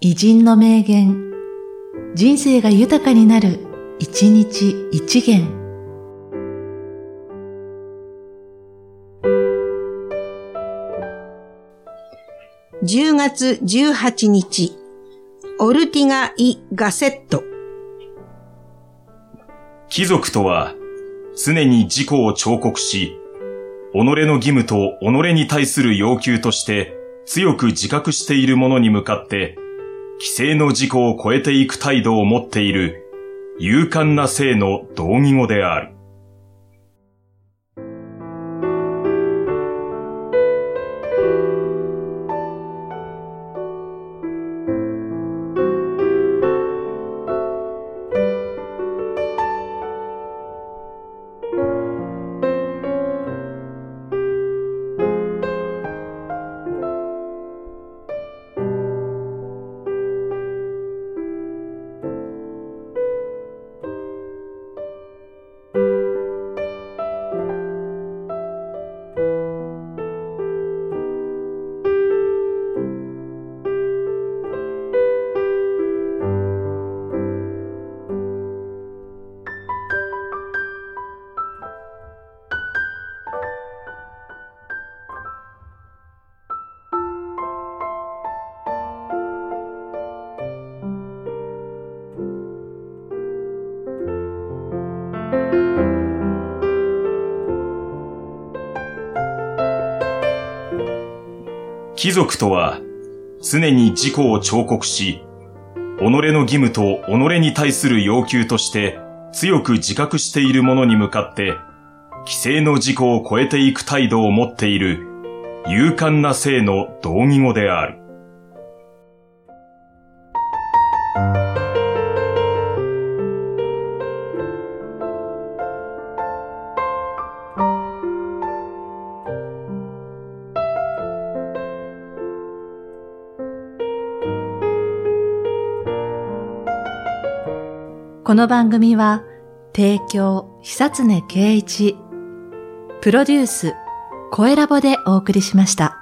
偉人の名言、人生が豊かになる、一日一元。 10月18日、オルティガ・イ・ガセット。 貴族とは、常に自己を彫刻し、己の義務と己に対する要求として強く自覚している者に向かって、既成の自己を超えていく態度を持っている勇敢な性の同義語である。貴族とは、常に自己を彫刻し、己の義務と己に対する要求として強く自覚している者に向かって、既成の自己を超えていく態度を持っている勇敢な性の同義語である。 この番組は、提供、久常圭一、プロデュース、声ラボでお送りしました。